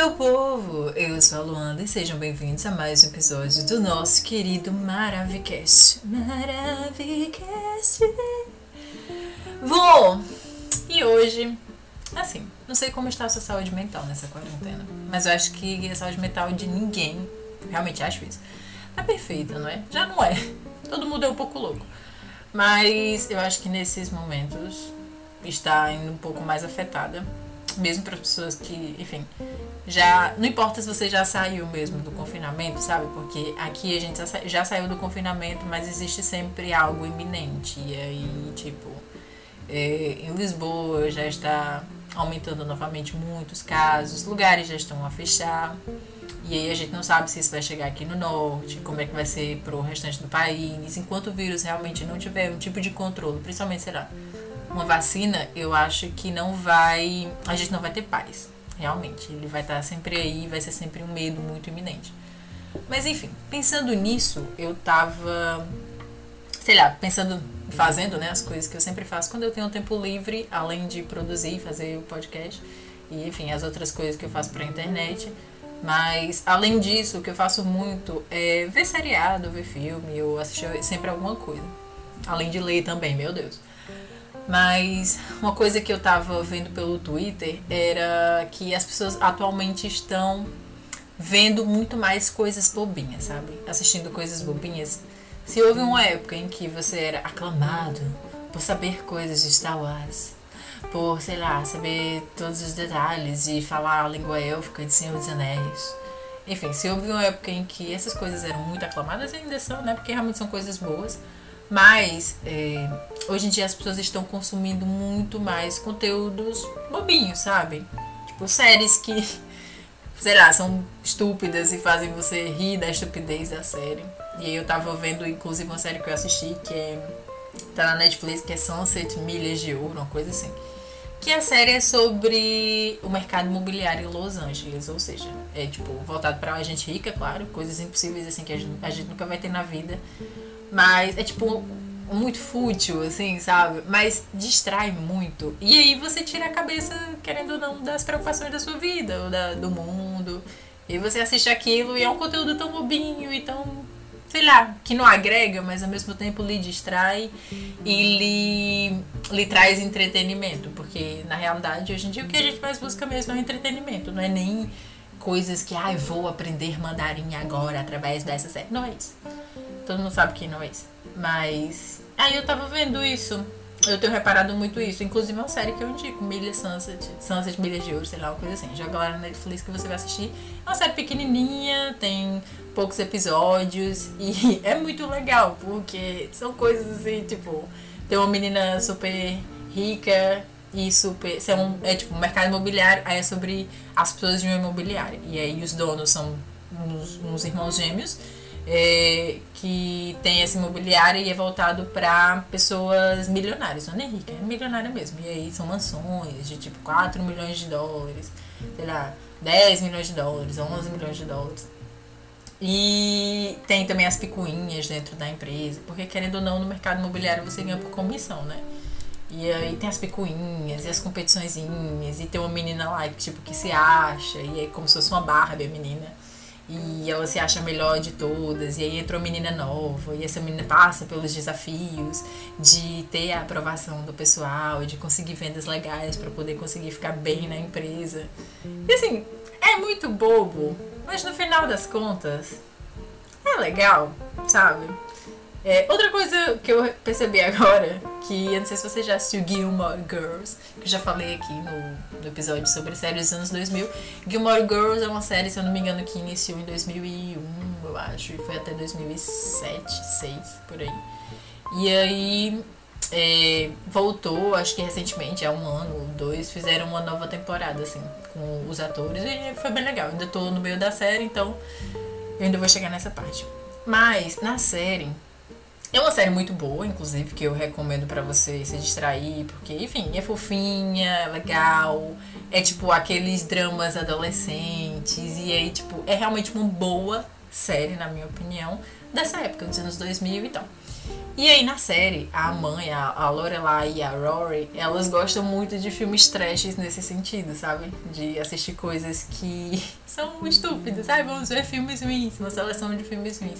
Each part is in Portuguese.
meu povo! Eu sou a Luanda e sejam bem-vindos a mais um episódio do nosso querido Maravicast. Maravicast! Bom, e hoje, assim, não sei como está a sua saúde mental nessa quarentena, mas eu acho que a saúde mental de ninguém, realmente acho isso, tá perfeita, não é? Já não é. Todo mundo é um pouco louco. Mas eu acho que nesses momentos está indo um pouco mais afetada. Mesmo para as pessoas que, enfim, já. Não importa se você já saiu mesmo do confinamento, sabe? Porque aqui a gente já saiu do confinamento, mas existe sempre algo iminente. E aí, tipo, em Lisboa já está aumentando novamente muitos casos, lugares já estão a fechar. E aí a gente não sabe se isso vai chegar aqui no norte, como é que vai ser pro restante do país. Enquanto o vírus realmente não tiver um tipo de controle, principalmente, sei lá, uma vacina, eu acho que a gente não vai ter paz, realmente. Ele vai estar sempre aí, vai ser sempre um medo muito iminente. Mas enfim, pensando nisso, eu tava, sei lá, fazendo, né, as coisas que eu sempre faço quando eu tenho tempo livre, além de produzir, fazer o podcast e, enfim, as outras coisas que eu faço pra internet. Mas, além disso, o que eu faço muito é ver seriado, ver filme, ou assistir sempre alguma coisa. Além de ler também, meu Deus. Mas uma coisa que eu tava vendo pelo Twitter era que as pessoas atualmente estão vendo muito mais coisas bobinhas, sabe? Assistindo coisas bobinhas. Se houve uma época em que você era aclamado por saber coisas de Star Wars, por, sei lá, saber todos os detalhes e falar a língua élfica de Senhor dos Anéis. Enfim, se houve uma época em que essas coisas eram muito aclamadas, ainda são, né? Porque realmente são coisas boas. Mas hoje em dia as pessoas estão consumindo muito mais conteúdos bobinhos, sabe? Tipo, séries que, sei lá, são estúpidas e fazem você rir da estupidez da série. E aí eu tava vendo, inclusive, uma série que eu assisti, tá na Netflix, que é Sunset Milhas de Ouro, uma coisa assim. Que a série é sobre o mercado imobiliário em Los Angeles, ou seja, é tipo voltado pra gente rica, claro, coisas impossíveis assim que a gente nunca vai ter na vida. Mas é tipo muito fútil, assim, sabe? Mas distrai muito. E aí você tira a cabeça, querendo ou não, das preocupações da sua vida, ou do mundo. E você assiste aquilo e é um conteúdo tão bobinho e tão, sei lá, que não agrega, mas ao mesmo tempo lhe distrai e lhe traz entretenimento. Porque na realidade, hoje em dia, o que a gente mais busca mesmo é o entretenimento. Não é nem coisas que, eu vou aprender mandarim agora através dessa série. Não é isso. Todo mundo sabe que não é isso. Mas aí eu tava vendo isso. Eu tenho reparado muito isso. Inclusive uma série que eu indico, Sunset Milhas de Ouro, sei lá, uma coisa assim. Joga lá na Netflix que você vai assistir. É uma série pequenininha, tem poucos episódios e é muito legal, porque são coisas assim, tipo, tem uma menina super rica e super... É tipo um mercado imobiliário, aí é sobre as pessoas de uma imobiliária. E aí os donos são uns irmãos gêmeos, que tem essa imobiliária e é voltado para pessoas milionárias, não é nem rica, é milionária mesmo. E aí são mansões de tipo 4 milhões de dólares, sei lá, 10 milhões de dólares, 11 milhões de dólares. E tem também as picuinhas dentro da empresa, porque querendo ou não, no mercado imobiliário você ganha por comissão, né? E aí tem as picuinhas e as competiçõezinhas, e tem uma menina lá que se acha, e é como se fosse uma Barbie a menina. E ela se acha a melhor de todas, e aí entra uma menina nova, e essa menina passa pelos desafios de ter a aprovação do pessoal, de conseguir vendas legais para poder conseguir ficar bem na empresa. E assim, é muito bobo, mas no final das contas é legal, sabe? Outra coisa que eu percebi agora, que eu não sei se você já assistiu Gilmore Girls, que eu já falei aqui no episódio sobre séries dos anos 2000. Gilmore Girls é uma série, se eu não me engano, que iniciou em 2001, eu acho, e foi até 2007, 2006, por aí. E aí voltou, acho que recentemente, há um ano ou dois, fizeram uma nova temporada, assim, com os atores, e foi bem legal. Ainda tô no meio da série, então eu ainda vou chegar nessa parte. Mas, na série... É uma série muito boa, inclusive, que eu recomendo pra você se distrair, porque, enfim, é fofinha, é legal, é tipo aqueles dramas adolescentes, e aí, tipo, é realmente uma boa série, na minha opinião, dessa época, dos anos 2000 e tal. E aí na série, a mãe, a Lorelai e a Rory, elas gostam muito de filmes trashes nesse sentido, sabe? De assistir coisas que são estúpidas, sabe? Vamos ver filmes ruins, uma seleção de filmes ruins.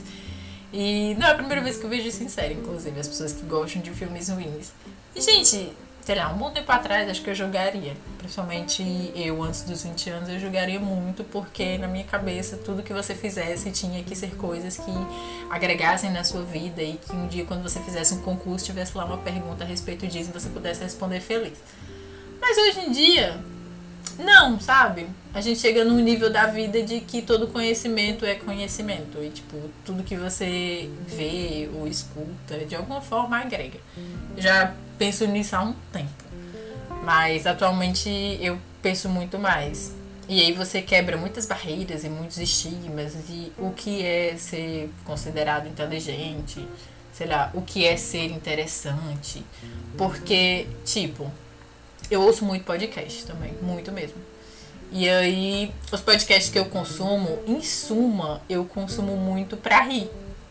E não é a primeira vez que eu vejo isso em série, inclusive, as pessoas que gostam de filmes ruins. E, gente, sei lá, um bom tempo atrás acho que eu jogaria. Principalmente eu, antes dos 20 anos, eu jogaria muito, porque na minha cabeça tudo que você fizesse tinha que ser coisas que agregassem na sua vida e que um dia, quando você fizesse um concurso, tivesse lá uma pergunta a respeito disso e você pudesse responder feliz. Mas hoje em dia, não, sabe? A gente chega num nível da vida de que todo conhecimento é conhecimento. E, tipo, tudo que você vê ou escuta, de alguma forma, agrega. Já penso nisso há um tempo. Mas, atualmente, eu penso muito mais. E aí você quebra muitas barreiras e muitos estigmas de o que é ser considerado inteligente, sei lá, o que é ser interessante. Porque, tipo, eu ouço muito podcast também, muito mesmo. E aí, os podcasts que eu consumo, em suma, eu consumo muito pra rir.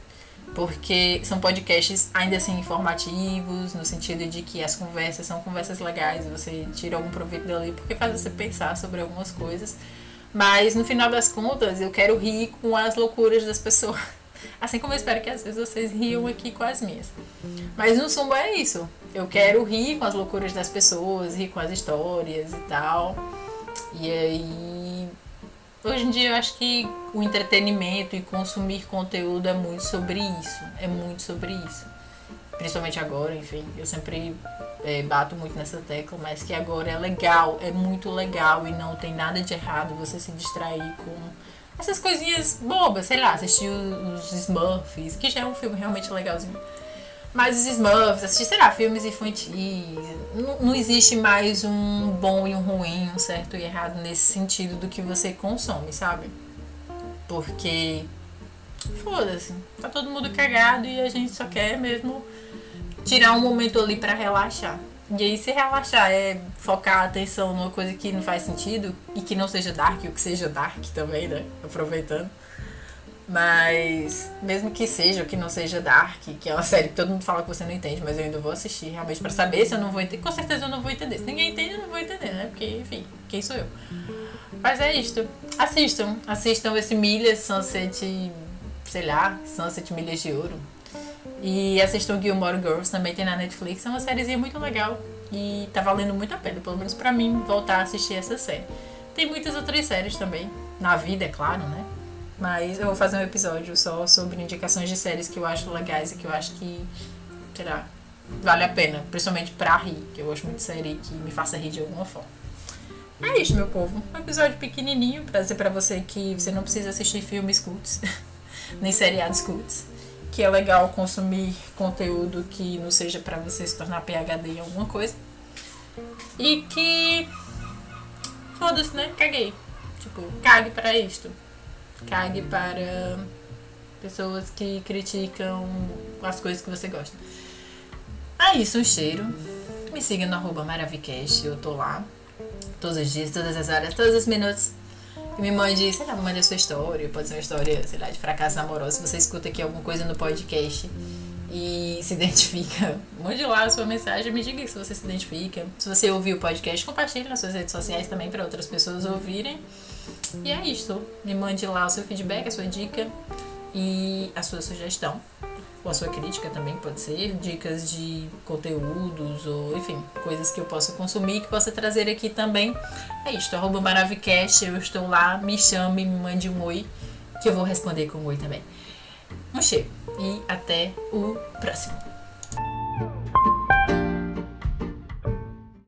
Porque são podcasts ainda assim informativos, no sentido de que as conversas são conversas legais, você tira algum proveito dali, porque faz você pensar sobre algumas coisas. Mas no final das contas, eu quero rir com as loucuras das pessoas. Assim como eu espero que às vezes vocês riam aqui com as minhas. Mas no suma é isso. Eu quero rir com as loucuras das pessoas, rir com as histórias e tal. E aí, hoje em dia eu acho que o entretenimento e consumir conteúdo é muito sobre isso. É muito sobre isso. Principalmente agora, enfim. Eu sempre bato muito nessa tecla, mas que agora é legal, é muito legal e não tem nada de errado você se distrair com essas coisinhas bobas, sei lá, assistir os Smurfs, que já é um filme realmente legalzinho. Mas os Smurfs, assistir, sei lá, filmes infantis. Não existe mais um bom e um ruim, um certo e errado nesse sentido do que você consome, sabe? Porque, foda-se, tá todo mundo cagado e a gente só quer mesmo tirar um momento ali pra relaxar. E aí, se relaxar é focar a atenção numa coisa que não faz sentido e que não seja dark, ou que seja dark também, né? Aproveitando. Mas, mesmo que seja ou que não seja dark, que é uma série que todo mundo fala que você não entende, mas eu ainda vou assistir realmente pra saber se eu não vou entender. Com certeza eu não vou entender. Se ninguém entende, eu não vou entender, né? Porque, enfim, quem sou eu? Mas é isto. Assistam esse Milhas, Sunset, sei lá, Sunset Milhas de Ouro. E assistam Gilmore Girls, também tem na Netflix. É uma sériezinha muito legal e tá valendo muito a pena, pelo menos pra mim, voltar a assistir essa série. Tem muitas outras séries também, na vida, é claro, né? Mas eu vou fazer um episódio só sobre indicações de séries que eu acho legais e que eu acho que, sei lá, vale a pena, principalmente pra rir, que eu gosto muito de série que me faça rir de alguma forma. É isso, meu povo. Um episódio pequenininho pra dizer pra você que você não precisa assistir filmes cults, nem seriados cults. Que é legal consumir conteúdo que não seja pra você se tornar PhD em alguma coisa. E que... foda-se, né? Caguei. Tipo, cague para isto. Cague para pessoas que criticam as coisas que você gosta. É isso, um cheiro. Me siga no @maravicast, eu tô lá. Todos os dias, todas as horas, todos os minutos. E me mande, sei lá, me mande a sua história. Pode ser uma história, sei lá, de fracasso amoroso. Se você escuta aqui alguma coisa no podcast e se identifica, mande lá a sua mensagem, me diga se você se identifica. Se você ouviu o podcast, compartilhe nas suas redes sociais também para outras pessoas ouvirem. E é isso. Me mande lá o seu feedback, a sua dica e a sua sugestão. Ou a sua crítica também pode ser. Dicas de conteúdos ou, enfim, coisas que eu possa consumir, que possa trazer aqui também. É isso. @maravicast, eu estou lá. Me chame, me mande um oi, que eu vou responder com um oi também. Um cheiro. E até o próximo.